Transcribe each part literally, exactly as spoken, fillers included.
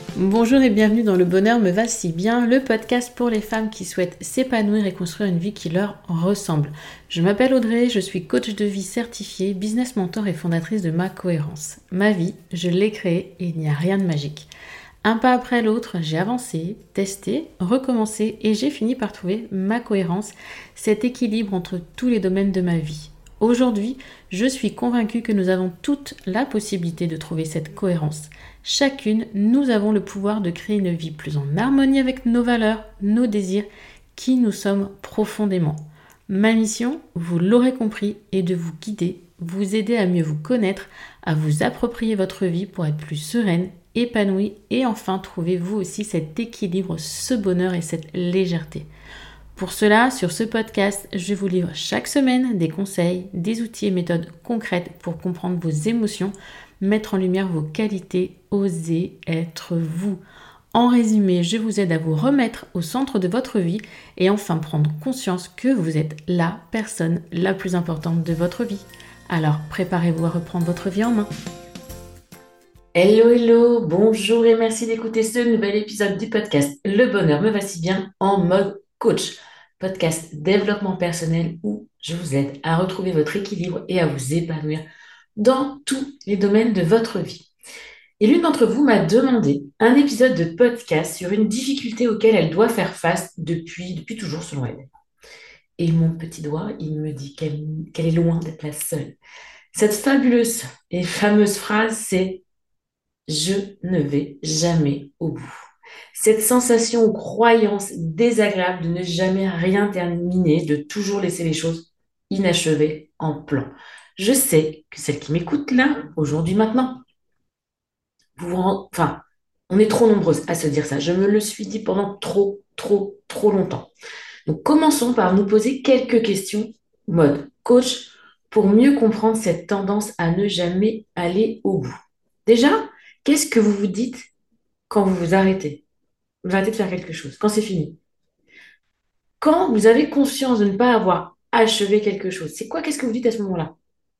Bonjour et bienvenue dans Le Bonheur me va si bien, le podcast pour les femmes qui souhaitent s'épanouir et construire une vie qui leur ressemble. Je m'appelle Audrey, je suis coach de vie certifiée, business mentor et fondatrice de Ma Cohérence. Ma vie, je l'ai créée et il n'y a rien de magique. Un pas après l'autre, j'ai avancé, testé, recommencé et j'ai fini par trouver ma cohérence, cet équilibre entre tous les domaines de ma vie. Aujourd'hui, je suis convaincue que nous avons toute la possibilité de trouver cette cohérence. Chacune, nous avons le pouvoir de créer une vie plus en harmonie avec nos valeurs, nos désirs, qui nous sommes profondément. Ma mission, vous l'aurez compris, est de vous guider, vous aider à mieux vous connaître, à vous approprier votre vie pour être plus sereine, épanouie et enfin trouver vous aussi cet équilibre, ce bonheur et cette légèreté. Pour cela, sur ce podcast, je vous livre chaque semaine des conseils, des outils et méthodes concrètes pour comprendre vos émotions, mettre en lumière vos qualités, oser être vous. En résumé, je vous aide à vous remettre au centre de votre vie et enfin prendre conscience que vous êtes la personne la plus importante de votre vie. Alors, préparez-vous à reprendre votre vie en main. Hello, hello, bonjour et merci d'écouter ce nouvel épisode du podcast Le Bonheur me va si bien en mode coach. Podcast développement personnel où je vous aide à retrouver votre équilibre et à vous épanouir dans tous les domaines de votre vie. Et l'une d'entre vous m'a demandé un épisode de podcast sur une difficulté auquel elle doit faire face depuis, depuis toujours selon elle. Et mon petit doigt, il me dit qu'elle, qu'elle est loin d'être la seule. Cette fabuleuse et fameuse phrase, c'est je ne vais jamais au bout. Cette sensation ou croyance désagréable de ne jamais rien terminer, de toujours laisser les choses inachevées en plan. Je sais que celle qui m'écoute là, aujourd'hui, maintenant, vous vous rend- enfin, on est trop nombreuses à se dire ça. Je me le suis dit pendant trop, trop, trop longtemps. Donc, commençons par nous poser quelques questions, mode coach, pour mieux comprendre cette tendance à ne jamais aller au bout. Déjà, qu'est-ce que vous vous dites quand vous vous arrêtez? Vous arrêtez de faire quelque chose, quand c'est fini. Quand vous avez conscience de ne pas avoir achevé quelque chose, c'est quoi, qu'est-ce que vous dites à ce moment-là?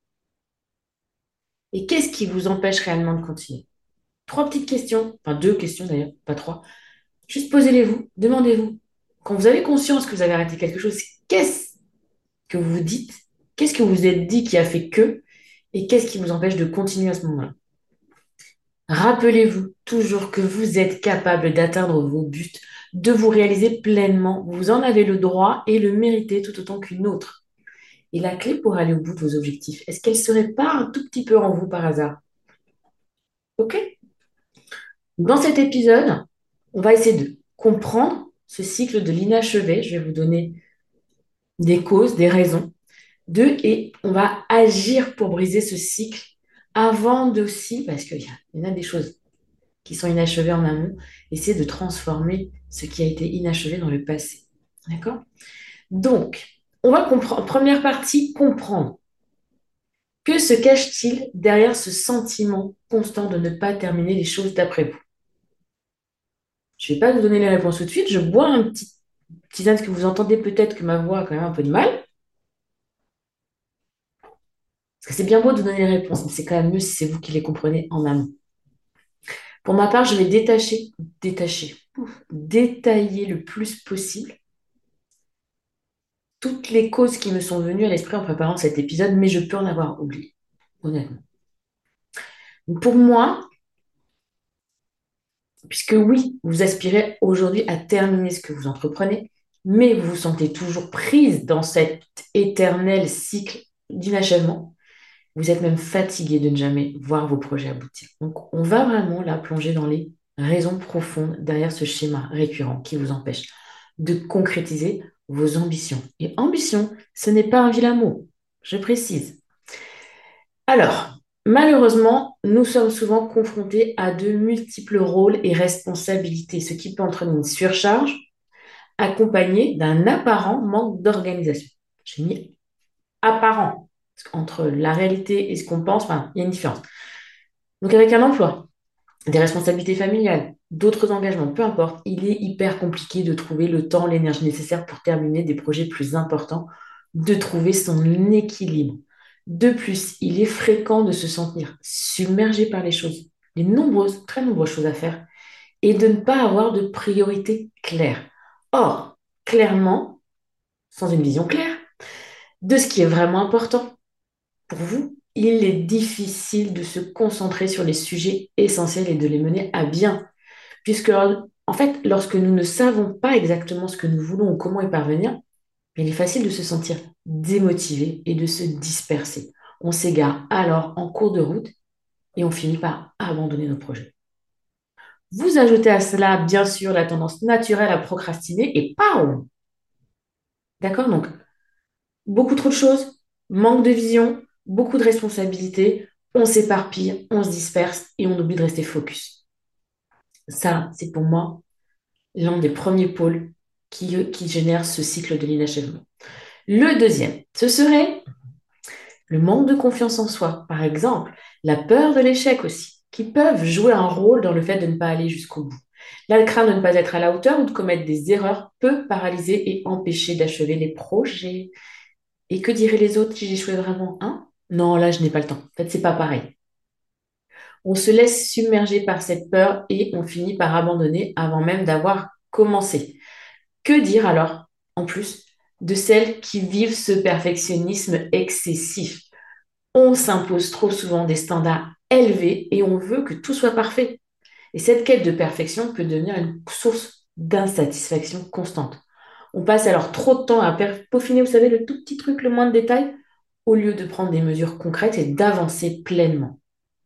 Et qu'est-ce qui vous empêche réellement de continuer? Trois petites questions, enfin deux questions d'ailleurs, pas trois. Juste posez-les-vous, demandez-vous. Quand vous avez conscience que vous avez arrêté quelque chose, qu'est-ce que vous vous dites? Qu'est-ce que vous vous êtes dit qui a fait que? Et qu'est-ce qui vous empêche de continuer à ce moment-là? Rappelez-vous toujours que vous êtes capable d'atteindre vos buts, de vous réaliser pleinement. Vous en avez le droit et le méritez tout autant qu'une autre. Et la clé pour aller au bout de vos objectifs, est-ce qu'elle ne serait pas un tout petit peu en vous par hasard? OK? Dans cet épisode, on va essayer de comprendre ce cycle de l'inachevé. Je vais vous donner des causes, des raisons. Deux, et on va agir pour briser ce cycle avant d'aussi, parce qu'il y, a- il y en a des choses qui sont inachevées en amont, essayer de transformer ce qui a été inachevé dans le passé. D'accord? Donc, on va comprendre, première partie, comprendre. Que se cache-t-il derrière ce sentiment constant de ne pas terminer les choses d'après vous? Je ne vais pas vous donner les réponses tout de suite, je bois un petit tisane parce que vous entendez peut-être que ma voix a quand même un peu de mal, parce que c'est bien beau de vous donner les réponses, mais c'est quand même mieux si c'est vous qui les comprenez en amont. Pour ma part, je vais détacher, détacher, ouf, détailler le plus possible toutes les causes qui me sont venues à l'esprit en préparant cet épisode, mais je peux en avoir oublié, honnêtement. Donc, pour moi, puisque oui, vous aspirez aujourd'hui à terminer ce que vous entreprenez, mais vous vous sentez toujours prise dans cet éternel cycle d'inachèvement, vous êtes même fatigué de ne jamais voir vos projets aboutir. Donc, on va vraiment là plonger dans les raisons profondes derrière ce schéma récurrent qui vous empêche de concrétiser vos ambitions. Et ambition, ce n'est pas un vilain mot, je précise. Alors, malheureusement, nous sommes souvent confrontés à de multiples rôles et responsabilités, ce qui peut entraîner une surcharge accompagnée d'un apparent manque d'organisation. J'ai mis apparent, parce qu'entre la réalité et ce qu'on pense, enfin, il y a une différence. Donc, avec un emploi, des responsabilités familiales, d'autres engagements, peu importe, il est hyper compliqué de trouver le temps, l'énergie nécessaire pour terminer des projets plus importants, de trouver son équilibre. De plus, il est fréquent de se sentir submergé par les choses, les nombreuses, très nombreuses choses à faire, et de ne pas avoir de priorité claire. Or, clairement, sans une vision claire de ce qui est vraiment important pour vous, il est difficile de se concentrer sur les sujets essentiels et de les mener à bien. Puisque, en fait, lorsque nous ne savons pas exactement ce que nous voulons ou comment y parvenir, il est facile de se sentir démotivé et de se disperser. On s'égare alors en cours de route et on finit par abandonner nos projets. Vous ajoutez à cela, bien sûr, la tendance naturelle à procrastiner et pam! D'accord? Donc, beaucoup trop de choses, manque de vision, beaucoup de responsabilités, on s'éparpille, on se disperse et on oublie de rester focus. Ça, c'est pour moi l'un des premiers pôles qui, qui génère ce cycle de l'inachèvement. Le deuxième, ce serait le manque de confiance en soi, par exemple, la peur de l'échec aussi, qui peuvent jouer un rôle dans le fait de ne pas aller jusqu'au bout. Là, le crainte de ne pas être à la hauteur ou de commettre des erreurs peut paralyser et empêcher d'achever les projets. Et que diraient les autres si j'échouais vraiment, hein? Non, là, je n'ai pas le temps. En fait, c'est pas pareil. On se laisse submerger par cette peur et on finit par abandonner avant même d'avoir commencé. Que dire alors, en plus, de celles qui vivent ce perfectionnisme excessif? On s'impose trop souvent des standards élevés et on veut que tout soit parfait. Et cette quête de perfection peut devenir une source d'insatisfaction constante. On passe alors trop de temps à peaufiner, vous savez, le tout petit truc, le moindre détail, au lieu de prendre des mesures concrètes et d'avancer pleinement.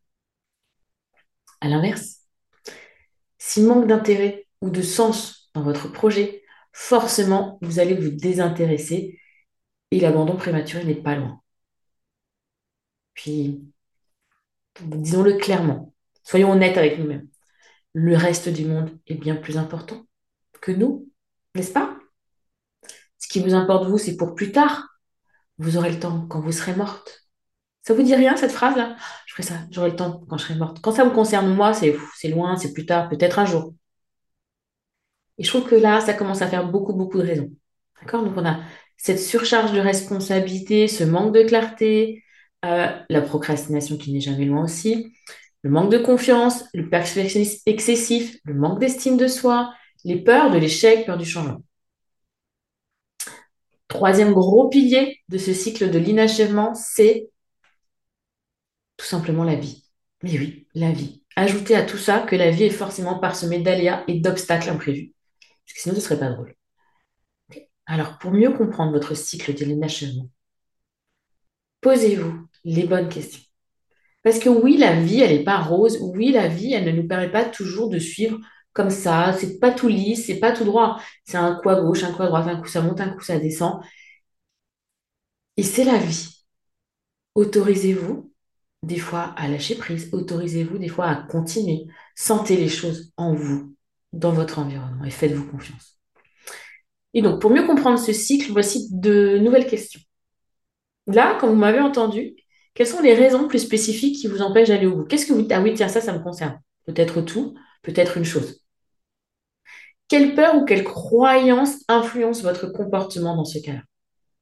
À l'inverse, s'il manque d'intérêt ou de sens dans votre projet, forcément, vous allez vous désintéresser et l'abandon prématuré n'est pas loin. Puis, disons-le clairement, soyons honnêtes avec nous-mêmes. Le reste du monde est bien plus important que nous, n'est-ce pas? Ce qui vous importe, vous, c'est pour plus tard. Vous aurez le temps quand vous serez morte. Ça vous dit rien, cette phrase-là? Je ferai ça, j'aurai le temps quand je serai morte. Quand ça me concerne, moi, c'est c'est loin, c'est plus tard, peut-être un jour. Et je trouve que là, ça commence à faire beaucoup, beaucoup de raisons. D'accord? Donc, on a cette surcharge de responsabilité, ce manque de clarté, euh, la procrastination qui n'est jamais loin aussi, le manque de confiance, le perfectionnisme excessif, le manque d'estime de soi, les peurs de l'échec, peur du changement. Troisième gros pilier de ce cycle de l'inachèvement, c'est tout simplement la vie. Mais oui, la vie. Ajoutez à tout ça que la vie est forcément parsemée d'aléas et d'obstacles imprévus. Parce que sinon, ce ne serait pas drôle. Alors, pour mieux comprendre votre cycle de l'inachèvement, posez-vous les bonnes questions. Parce que oui, la vie, elle n'est pas rose. Oui, la vie, elle ne nous permet pas toujours de suivre comme ça. C'est pas tout lisse, c'est pas tout droit. C'est un coup à gauche, un coup à droite, un coup ça monte, un coup ça descend. Et c'est la vie. Autorisez-vous des fois à lâcher prise. Autorisez-vous des fois à continuer. Sentez les choses en vous, dans votre environnement et faites-vous confiance. Et donc, pour mieux comprendre ce cycle, voici de nouvelles questions. Là, comme vous m'avez entendu, quelles sont les raisons plus spécifiques qui vous empêchent d'aller au bout? Qu'est-ce que vous dites? Ah oui, tiens, ça, ça me concerne. Peut-être tout, peut-être une chose. Quelle peur ou quelle croyance influence votre comportement dans ce cas-là?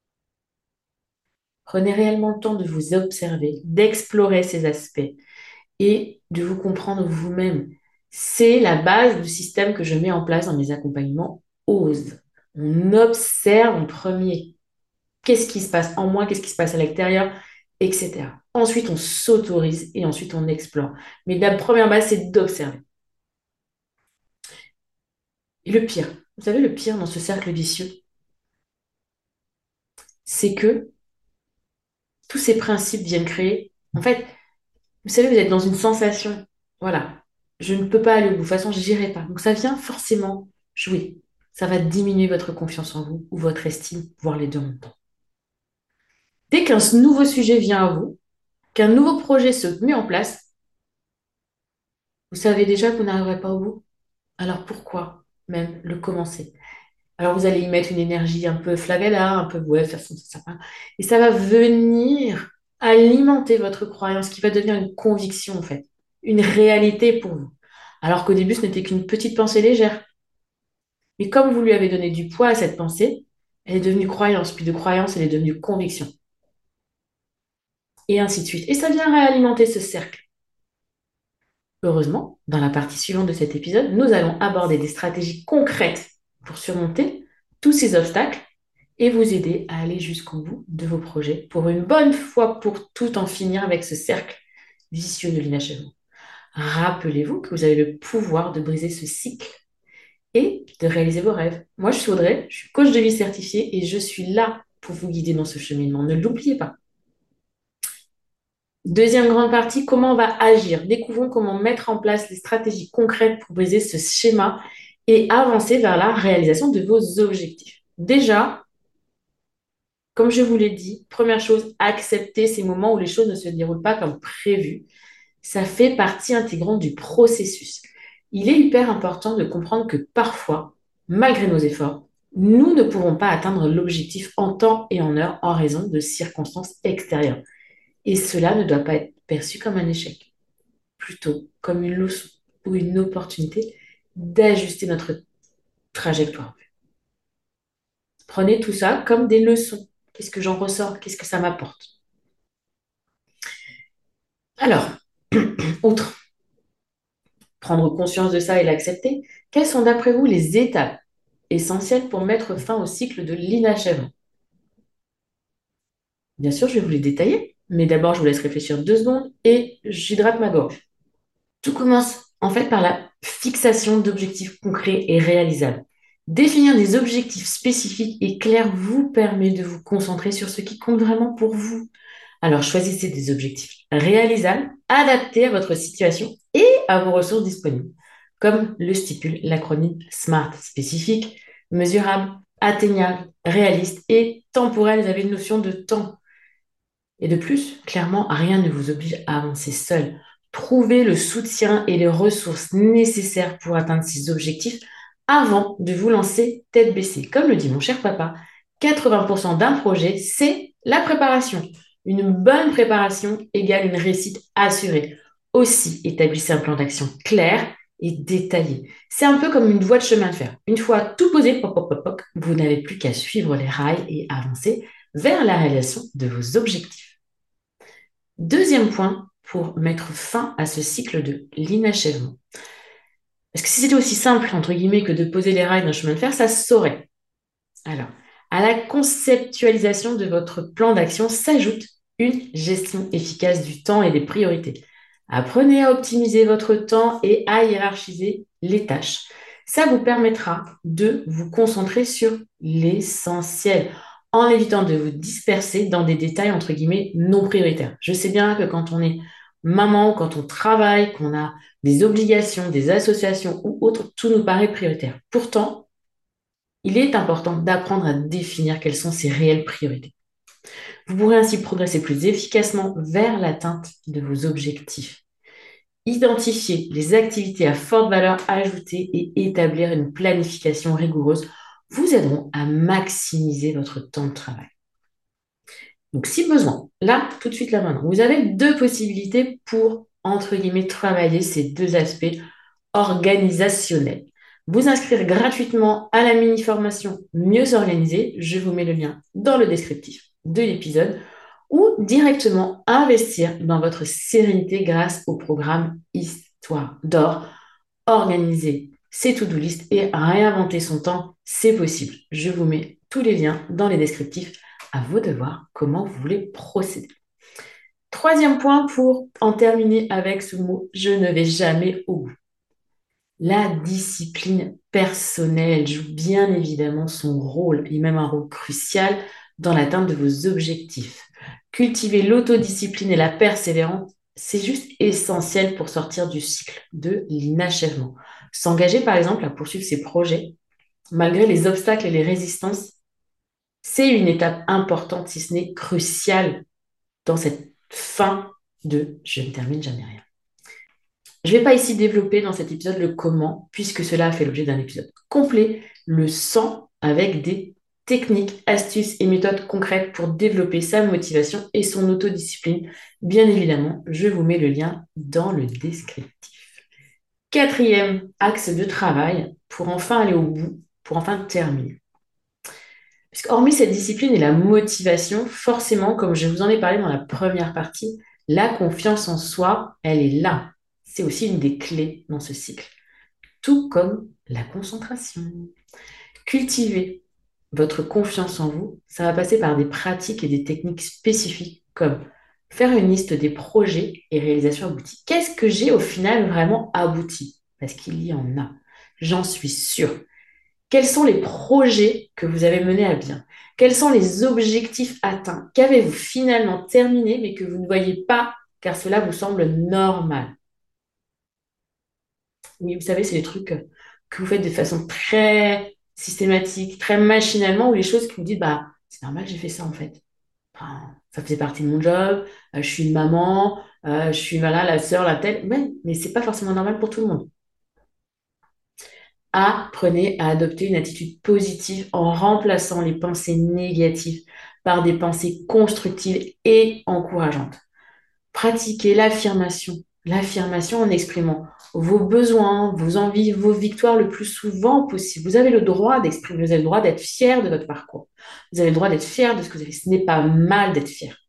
Prenez réellement le temps de vous observer, d'explorer ces aspects et de vous comprendre vous-même. C'est la base du système que je mets en place dans mes accompagnements OSE. On observe en premier. Qu'est-ce qui se passe en moi, qu'est-ce qui se passe à l'extérieur, et cetera. Ensuite, on s'autorise et ensuite on explore. Mais la première base, c'est d'observer. Et le pire, vous savez, le pire dans ce cercle vicieux, c'est que tous ces principes viennent créer. En fait, vous savez, vous êtes dans une sensation. Voilà, je ne peux pas aller au bout. De toute façon, je n'irai pas. Donc ça vient forcément jouer. Ça va diminuer votre confiance en vous ou votre estime, voire les deux en même temps. Dès qu'un nouveau sujet vient à vous, qu'un nouveau projet se met en place, vous savez déjà que vous n'arriverez pas au bout. Alors pourquoi même le commencer? Alors vous allez y mettre une énergie un peu flagella, un peu ouais, de toute façon, ça va. Et ça va venir alimenter votre croyance qui va devenir une conviction en fait, une réalité pour vous. Alors qu'au début, ce n'était qu'une petite pensée légère. Mais comme vous lui avez donné du poids à cette pensée, elle est devenue croyance, puis de croyance, elle est devenue conviction. Et ainsi de suite. Et ça vient réalimenter ce cercle. Heureusement, dans la partie suivante de cet épisode, nous allons aborder des stratégies concrètes pour surmonter tous ces obstacles et vous aider à aller jusqu'au bout de vos projets pour une bonne fois pour toutes en finir avec ce cercle vicieux de l'inachèvement. Rappelez-vous que vous avez le pouvoir de briser ce cycle et de réaliser vos rêves. Moi, je suis Audrey, je suis coach de vie certifiée et je suis là pour vous guider dans ce cheminement. Ne l'oubliez pas. Deuxième grande partie, comment on va agir. Découvrons comment mettre en place les stratégies concrètes pour briser ce schéma et avancer vers la réalisation de vos objectifs. Déjà, comme je vous l'ai dit, première chose, accepter ces moments où les choses ne se déroulent pas comme prévu. Ça fait partie intégrante du processus. Il est hyper important de comprendre que parfois, malgré nos efforts, nous ne pourrons pas atteindre l'objectif en temps et en heure en raison de circonstances extérieures. Et cela ne doit pas être perçu comme un échec, plutôt comme une leçon ou une opportunité d'ajuster notre trajectoire. Prenez tout ça comme des leçons. Qu'est-ce que j'en ressors? Qu'est-ce que ça m'apporte? Alors, outre prendre conscience de ça et l'accepter, quelles sont d'après vous les étapes essentielles pour mettre fin au cycle de l'inachèvement? Bien sûr, je vais vous les détailler, mais d'abord, je vous laisse réfléchir deux secondes et j'hydrate ma gorge. Tout commence en fait par la fixation d'objectifs concrets et réalisables. Définir des objectifs spécifiques et clairs vous permet de vous concentrer sur ce qui compte vraiment pour vous. Alors choisissez des objectifs réalisables, adaptés à votre situation et à vos ressources disponibles, comme le stipule l'acronyme SMART, spécifique, mesurable, atteignable, réaliste et temporel. Vous avez une notion de temps. Et de plus, clairement, rien ne vous oblige à avancer seul. Trouvez le soutien et les ressources nécessaires pour atteindre ces objectifs avant de vous lancer tête baissée. Comme le dit mon cher papa, quatre-vingts pour cent d'un projet, c'est la préparation. Une bonne préparation égale une réussite assurée. Aussi, établissez un plan d'action clair et détaillé. C'est un peu comme une voie de chemin de fer. Une fois tout posé, pop, pop, pop, pop, vous n'avez plus qu'à suivre les rails et avancer vers la réalisation de vos objectifs. Deuxième point pour mettre fin à ce cycle de l'inachèvement. Parce que si c'était aussi simple, entre guillemets, que de poser les rails d'un chemin de fer, ça se saurait. Alors, à la conceptualisation de votre plan d'action s'ajoute une gestion efficace du temps et des priorités. Apprenez à optimiser votre temps et à hiérarchiser les tâches. Ça vous permettra de vous concentrer sur l'essentiel en évitant de vous disperser dans des détails entre guillemets non prioritaires. Je sais bien que quand on est maman, quand on travaille, qu'on a des obligations, des associations ou autres, tout nous paraît prioritaire. Pourtant, il est important d'apprendre à définir quelles sont ses réelles priorités. Vous pourrez ainsi progresser plus efficacement vers l'atteinte de vos objectifs. Identifier les activités à forte valeur ajoutée et établir une planification rigoureuse vous aideront à maximiser votre temps de travail. Donc, si besoin, là, tout de suite, là maintenant, vous avez deux possibilités pour, entre guillemets, travailler ces deux aspects organisationnels. Vous inscrire gratuitement à la mini-formation Mieux s'organiser, je vous mets le lien dans le descriptif de l'épisode, ou directement investir dans votre sérénité grâce au programme Histoire d'or. Organiser ses to-do list et réinventer son temps, c'est possible. Je vous mets tous les liens dans les descriptifs. À vous de voir comment vous voulez procéder. Troisième point pour en terminer avec ce mot, je ne vais jamais au bout. La discipline personnelle joue bien évidemment son rôle, et même un rôle crucial dans l'atteinte de vos objectifs. Cultiver l'autodiscipline et la persévérance, c'est juste essentiel pour sortir du cycle de l'inachèvement. S'engager par exemple à poursuivre ses projets, malgré les obstacles et les résistances, c'est une étape importante, si ce n'est cruciale, dans cette fin de je ne termine jamais rien. Je ne vais pas ici développer dans cet épisode le comment, puisque cela a fait l'objet d'un épisode complet, le sans, avec des techniques, astuces et méthodes concrètes pour développer sa motivation et son autodiscipline. Bien évidemment, je vous mets le lien dans le descriptif. Quatrième axe de travail pour enfin aller au bout, pour enfin terminer. Hormis cette discipline et la motivation, forcément, comme je vous en ai parlé dans la première partie, la confiance en soi, elle est là. c'est aussi une des clés dans ce cycle, tout comme la concentration. Cultiver votre confiance en vous, ça va passer par des pratiques et des techniques spécifiques comme faire une liste des projets et réalisations abouties. Qu'est-ce que j'ai au final vraiment abouti? Parce qu'il y en a, j'en suis sûre. Quels sont les projets que vous avez menés à bien? Quels sont les objectifs atteints? Qu'avez-vous finalement terminé mais que vous ne voyez pas car cela vous semble normal? Oui, vous savez, c'est les trucs euh, que vous faites de façon très systématique, très machinalement, ou les choses que vous dites, bah, c'est normal, j'ai fait ça en fait. Enfin, ça faisait partie de mon job, euh, je suis une maman, euh, je suis voilà, la sœur, la telle. Ouais, mais c'est pas forcément normal pour tout le monde. Apprenez à adopter une attitude positive en remplaçant les pensées négatives par des pensées constructives et encourageantes. Pratiquez l'affirmation. L'affirmation en exprimant vos besoins, vos envies, vos victoires le plus souvent possible. Vous avez le droit d'exprimer, vous avez le droit d'être fier de votre parcours. Vous avez le droit d'être fier de ce que vous avez. Ce n'est pas mal d'être fier.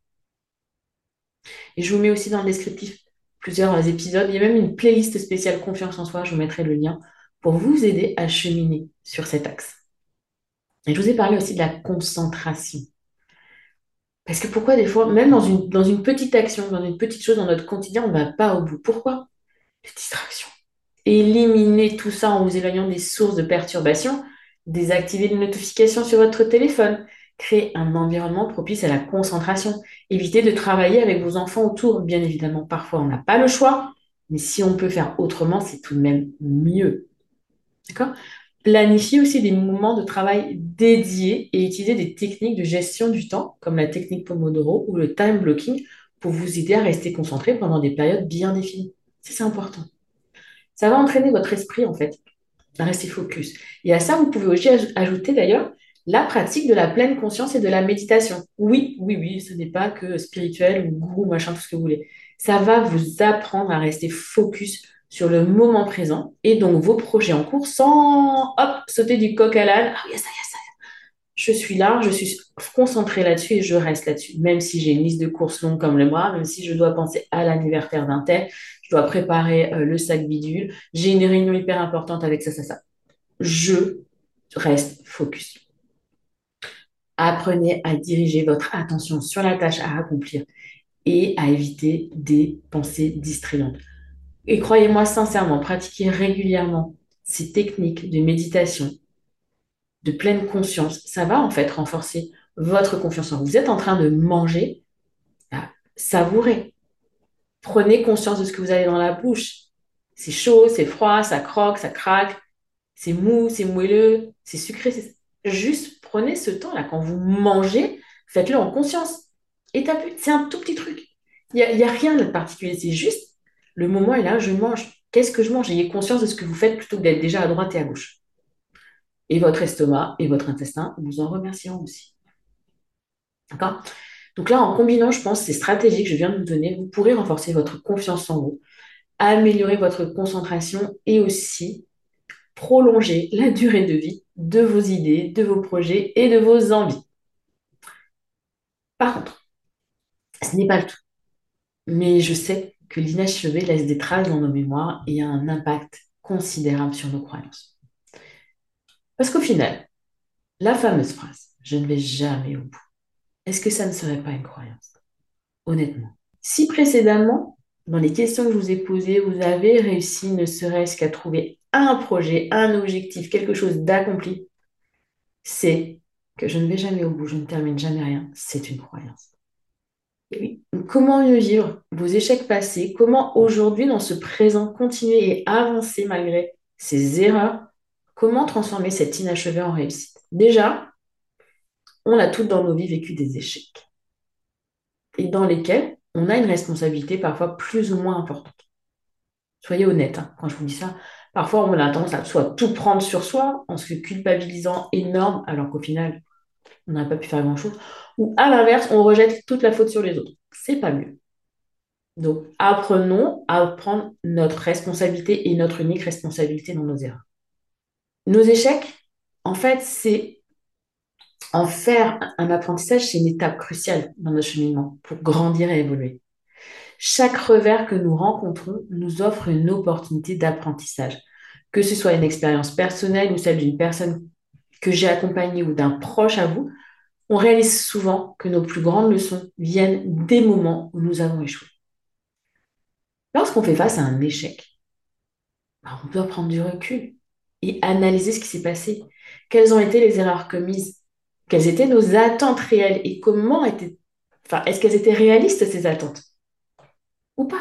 Et je vous mets aussi dans le descriptif plusieurs épisodes. Il y a même une playlist spéciale confiance en soi. Je vous mettrai le lien pour vous aider à cheminer sur cet axe. Et je vous ai parlé aussi de la concentration. Parce que pourquoi des fois, même dans une, dans une petite action, dans une petite chose dans notre quotidien, on ne va pas au bout. Pourquoi? Les distractions. Éliminez tout ça en vous éloignant des sources de perturbation. Désactivez les notifications sur votre téléphone. Créez un environnement propice à la concentration. Évitez de travailler avec vos enfants autour. Bien évidemment, parfois on n'a pas le choix, mais si on peut faire autrement, c'est tout de même mieux. D'accord? Planifiez aussi des moments de travail dédiés et utilisez des techniques de gestion du temps, comme la technique Pomodoro ou le time blocking, pour vous aider à rester concentré pendant des périodes bien définies. Ça, c'est important. Ça va entraîner votre esprit, en fait, à rester focus. Et à ça, vous pouvez aussi aj- ajouter d'ailleurs la pratique de la pleine conscience et de la méditation. Oui, oui, oui, ce n'est pas que spirituel ou gourou, machin, tout ce que vous voulez. Ça va vous apprendre à rester focus sur le moment présent et donc vos projets en cours sans, hop, sauter du coq à l'âne. Ah oui, ça y est, ça y est. Je suis là, je suis concentrée là-dessus et je reste là-dessus. Même si j'ai une liste de courses longue comme le bras, même si je dois penser à l'anniversaire d'un tel, je dois préparer euh, le sac bidule, j'ai une réunion hyper importante avec ça, ça, ça. Je reste focus. Apprenez à diriger votre attention sur la tâche à accomplir et à éviter des pensées distrayantes. Et croyez-moi sincèrement, pratiquez régulièrement ces techniques de méditation, de pleine conscience. Ça va en fait renforcer votre confiance en vous. Vous êtes en train de manger, ah, savourez. Prenez conscience de ce que vous avez dans la bouche. C'est chaud, c'est froid, ça croque, ça craque, c'est mou, c'est moelleux, c'est sucré. c'est- Juste prenez ce temps-là. Quand vous mangez, faites-le en conscience. Et tapez. C'est un tout petit truc. Il n'y a, il y a rien de particulier. C'est juste le moment est là, je mange. Qu'est-ce que je mange? Ayez conscience de ce que vous faites plutôt que d'être déjà à droite et à gauche. Et votre estomac et votre intestin vous en remercieront aussi. D'accord? Donc là, en combinant, je pense, ces stratégies que je viens de vous donner, vous pourrez renforcer votre confiance en vous, améliorer votre concentration et aussi prolonger la durée de vie de vos idées, de vos projets et de vos envies. Par contre, ce n'est pas le tout. Mais je sais que l'inachevé laisse des traces dans nos mémoires et a un impact considérable sur nos croyances. Parce qu'au final, la fameuse phrase, je ne vais jamais au bout, est-ce que ça ne serait pas une croyance? Honnêtement. Si précédemment, dans les questions que je vous ai posées, vous avez réussi ne serait-ce qu'à trouver un projet, un objectif, quelque chose d'accompli, c'est que je ne vais jamais au bout, je ne termine jamais rien. C'est une croyance. Et oui. Comment mieux vivre vos échecs passés? Comment aujourd'hui, dans ce présent, continuer et avancer malgré ces erreurs? Comment transformer cet inachevé en réussite? Déjà, on a toutes dans nos vies vécu des échecs et dans lesquels on a une responsabilité parfois plus ou moins importante. Soyez honnête, hein, quand je vous dis ça. Parfois, on a tendance à soit tout prendre sur soi en se culpabilisant énorme, alors qu'au final, on n'a pas pu faire grand-chose. Ou à l'inverse, on rejette toute la faute sur les autres. C'est pas mieux. Donc, apprenons à prendre notre responsabilité et notre unique responsabilité dans nos erreurs. Nos échecs, en fait, c'est en faire un apprentissage, c'est une étape cruciale dans notre cheminement pour grandir et évoluer. Chaque revers que nous rencontrons nous offre une opportunité d'apprentissage, que ce soit une expérience personnelle ou celle d'une personne que j'ai accompagnée ou d'un proche à vous. On réalise souvent que nos plus grandes leçons viennent des moments où nous avons échoué. Lorsqu'on fait face à un échec, bah, on doit prendre du recul et analyser ce qui s'est passé. Quelles ont été les erreurs commises? Quelles étaient nos attentes réelles et comment étaient, enfin, est-ce qu'elles étaient réalistes ces attentes ou pas?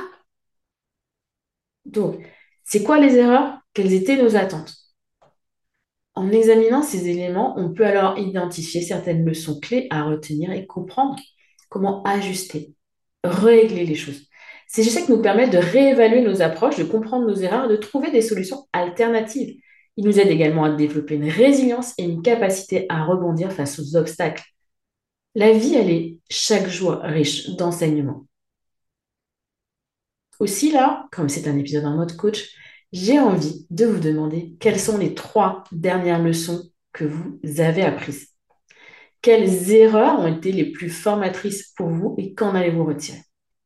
Donc, c'est quoi les erreurs? Quelles étaient nos attentes? En examinant ces éléments, on peut alors identifier certaines leçons clés à retenir et comprendre comment ajuster, régler les choses. Ces gestes nous permettent de réévaluer nos approches, de comprendre nos erreurs, de trouver des solutions alternatives. Ils nous aident également à développer une résilience et une capacité à rebondir face aux obstacles. La vie, elle est chaque jour riche d'enseignements. Aussi là, comme c'est un épisode en mode coach, j'ai envie de vous demander quelles sont les trois dernières leçons que vous avez apprises. Quelles erreurs ont été les plus formatrices pour vous et qu'en allez-vous retirer?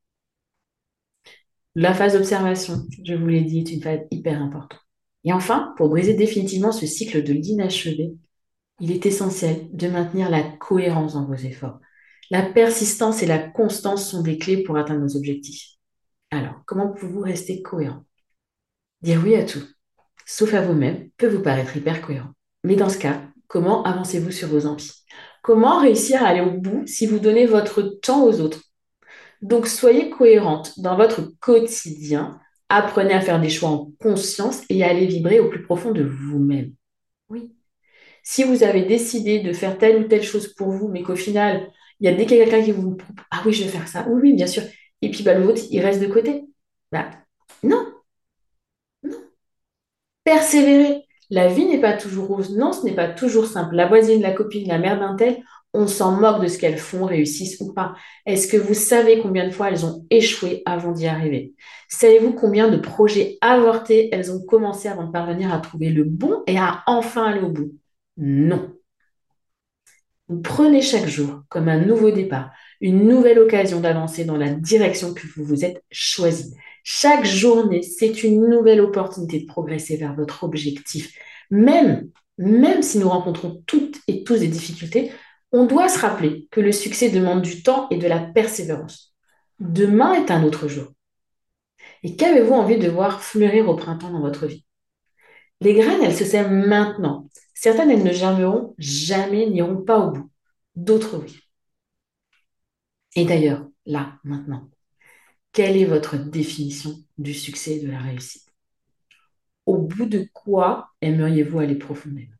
La phase d'observation, je vous l'ai dit, est une phase hyper importante. Et enfin, pour briser définitivement ce cycle de l'inachevé, il est essentiel de maintenir la cohérence dans vos efforts. La persistance et la constance sont des clés pour atteindre nos objectifs. Alors, comment pouvez-vous rester cohérent? Dire oui à tout, sauf à vous-même, peut vous paraître hyper cohérent. Mais dans ce cas, comment avancez-vous sur vos envies? Comment réussir à aller au bout si vous donnez votre temps aux autres? Donc, soyez cohérente dans votre quotidien. Apprenez à faire des choix en conscience et à aller vibrer au plus profond de vous-même. Oui. Si vous avez décidé de faire telle ou telle chose pour vous, mais qu'au final, il y a dès qu'il y a quelqu'un qui vous propose, ah oui, je vais faire ça. Oui, oui, bien sûr. Et puis, bah, le vôtre, il reste de côté. Bah, non, non. Persévérer. La vie n'est pas toujours rose. Non, ce n'est pas toujours simple. La voisine, la copine, la mère d'un tel, on s'en moque de ce qu'elles font, réussissent ou pas. Est-ce que vous savez combien de fois elles ont échoué avant d'y arriver? Savez-vous combien de projets avortés elles ont commencé avant de parvenir à trouver le bon et à enfin aller au bout? Non. Vous prenez chaque jour comme un nouveau départ, une nouvelle occasion d'avancer dans la direction que vous vous êtes choisie. Chaque journée, c'est une nouvelle opportunité de progresser vers votre objectif. Même, même si nous rencontrons toutes et tous des difficultés, on doit se rappeler que le succès demande du temps et de la persévérance. Demain est un autre jour. Et qu'avez-vous envie de voir fleurir au printemps dans votre vie? Les graines, elles se sèment maintenant. Certaines, elles ne germeront jamais, n'iront pas au bout. D'autres, oui. Et d'ailleurs, là, maintenant, quelle est votre définition du succès et de la réussite? Au bout de quoi aimeriez-vous aller profondément?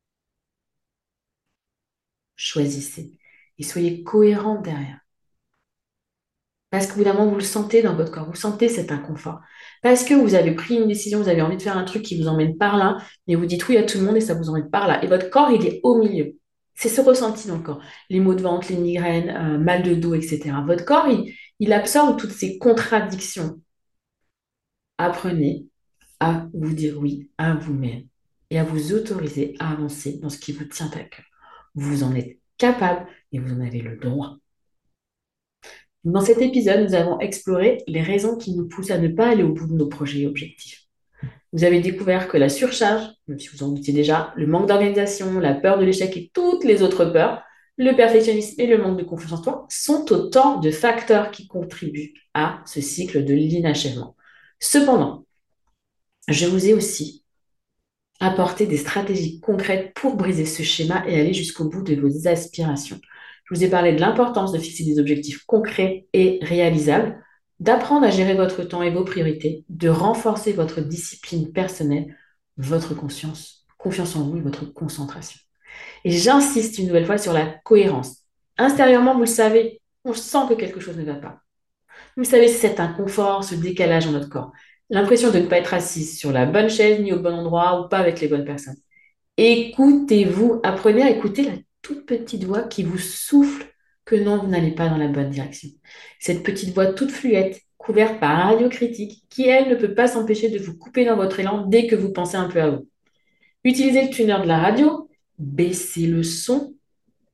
Choisissez et soyez cohérent derrière. Parce qu'au bout d'un moment, vous le sentez dans votre corps, vous sentez cet inconfort. Parce que vous avez pris une décision, vous avez envie de faire un truc qui vous emmène par là, mais vous dites oui à tout le monde et ça vous emmène par là. Et votre corps, il est au milieu. C'est ce ressenti dans le corps. Les maux de ventre, les migraines, euh, mal de dos, et cetera. Votre corps, il, il absorbe toutes ces contradictions. Apprenez à vous dire oui à vous-même et à vous autoriser à avancer dans ce qui vous tient à cœur. Vous en êtes capable et vous en avez le droit. Dans cet épisode, nous avons exploré les raisons qui nous poussent à ne pas aller au bout de nos projets et objectifs. Vous avez découvert que la surcharge, même si vous en doutiez déjà, le manque d'organisation, la peur de l'échec et toutes les autres peurs, le perfectionnisme et le manque de confiance en soi sont autant de facteurs qui contribuent à ce cycle de l'inachèvement. Cependant, je vous ai aussi apporté des stratégies concrètes pour briser ce schéma et aller jusqu'au bout de vos aspirations. Je vous ai parlé de l'importance de fixer des objectifs concrets et réalisables, d'apprendre à gérer votre temps et vos priorités, de renforcer votre discipline personnelle, votre conscience, confiance en vous et votre concentration. Et j'insiste une nouvelle fois sur la cohérence. Intérieurement, vous le savez, on sent que quelque chose ne va pas. Vous savez, c'est cet inconfort, ce décalage dans notre corps. L'impression de ne pas être assise sur la bonne chaise, ni au bon endroit, ou pas avec les bonnes personnes. Écoutez-vous, apprenez à écouter la toute petite voix qui vous souffle que non, vous n'allez pas dans la bonne direction. Cette petite voix toute fluette, couverte par un radiocritique, qui, elle, ne peut pas s'empêcher de vous couper dans votre élan dès que vous pensez un peu à vous. Utilisez le tuner de la radio, baissez le son,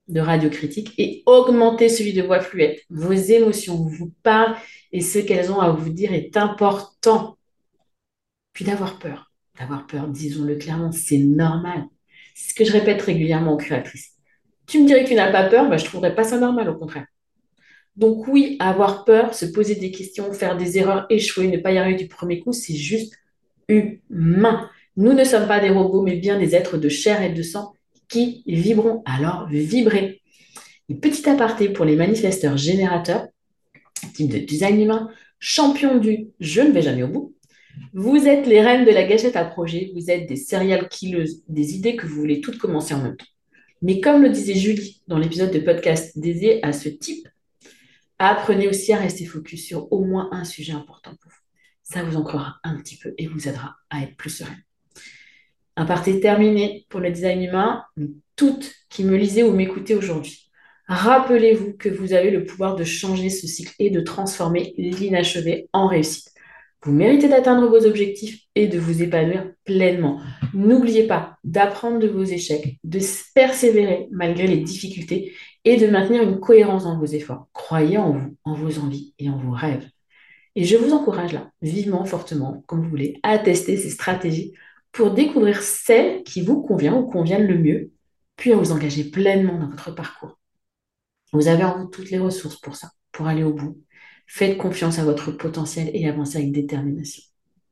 de radio critique et augmentez celui de voix fluette. Vos émotions vous parlent et ce qu'elles ont à vous dire est important. Puis d'avoir peur. D'avoir peur, disons-le clairement, c'est normal. C'est ce que je répète régulièrement aux créatrices. Tu me dirais que tu n'as pas peur, bah, je ne trouverais pas ça normal, au contraire. Donc oui, avoir peur, se poser des questions, faire des erreurs, échouer, ne pas y arriver du premier coup, c'est juste humain. Nous ne sommes pas des robots, mais bien des êtres de chair et de sang qui vibrons. Alors vibrez. Et petit aparté pour les manifesteurs générateurs, type de design humain, champion du je ne vais jamais au bout. Vous êtes les reines de la gâchette à projet, vous êtes des serial killeuses, des idées que vous voulez toutes commencer en même temps. Mais comme le disait Julie dans l'épisode de podcast dédié à ce type, apprenez aussi à rester focus sur au moins un sujet important pour vous. Ça vous ancrera un petit peu et vous aidera à être plus serein. Un parti terminé pour le design humain. Toutes qui me lisez ou m'écoutez aujourd'hui, rappelez-vous que vous avez le pouvoir de changer ce cycle et de transformer l'inachevé en réussite. Vous méritez d'atteindre vos objectifs et de vous épanouir pleinement. N'oubliez pas d'apprendre de vos échecs, de persévérer malgré les difficultés et de maintenir une cohérence dans vos efforts. Croyez en vous, en vos envies et en vos rêves. Et je vous encourage là, vivement, fortement, comme vous voulez, à tester ces stratégies pour découvrir celles qui vous conviennent ou conviennent le mieux, puis à vous engager pleinement dans votre parcours. Vous avez en vous toutes les ressources pour ça, pour aller au bout. Faites confiance à votre potentiel et avancez avec détermination.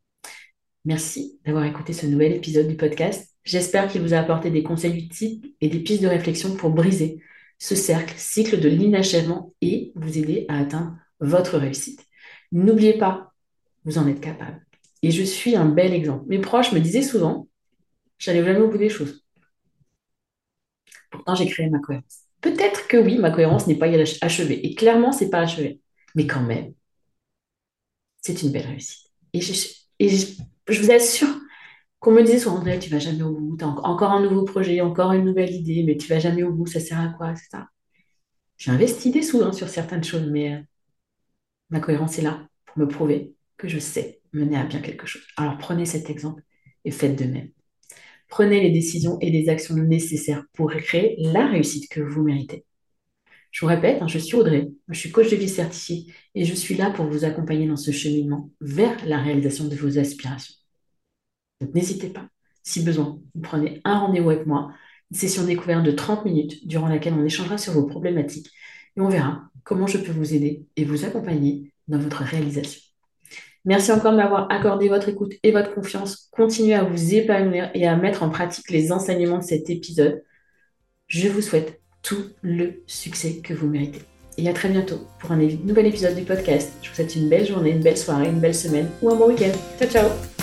Merci d'avoir écouté ce nouvel épisode du podcast. J'espère qu'il vous a apporté des conseils utiles et des pistes de réflexion pour briser ce cercle, cycle de l'inachèvement et vous aider à atteindre votre réussite. N'oubliez pas, vous en êtes capable. Et je suis un bel exemple. Mes proches me disaient souvent, j'allais jamais au bout des choses. Pourtant, j'ai créé ma cohérence. Peut-être que oui, ma cohérence n'est pas achevée. Et clairement, c'est pas achevé. Mais quand même, c'est une belle réussite. Et je, et je, je vous assure qu'on me disait souvent, André, tu vas jamais au bout, tu as encore un nouveau projet, encore une nouvelle idée, mais tu vas jamais au bout, ça sert à quoi, et cetera. J'ai investi des sous hein, sur certaines choses, mais euh, ma cohérence est là pour me prouver que je sais mener à bien quelque chose. Alors prenez cet exemple et faites de même. Prenez les décisions et les actions nécessaires pour créer la réussite que vous méritez. Je vous répète, hein, je suis Audrey, je suis coach de vie certifiée et je suis là pour vous accompagner dans ce cheminement vers la réalisation de vos aspirations. Donc n'hésitez pas, si besoin, vous prenez un rendez-vous avec moi, une session découverte de trente minutes durant laquelle on échangera sur vos problématiques et on verra comment je peux vous aider et vous accompagner dans votre réalisation. Merci encore de m'avoir accordé votre écoute et votre confiance. Continuez à vous épanouir et à mettre en pratique les enseignements de cet épisode. Je vous souhaite tout le succès que vous méritez. Et à très bientôt pour un nouvel épisode du podcast. Je vous souhaite une belle journée, une belle soirée, une belle semaine ou un bon week-end. Ciao, ciao!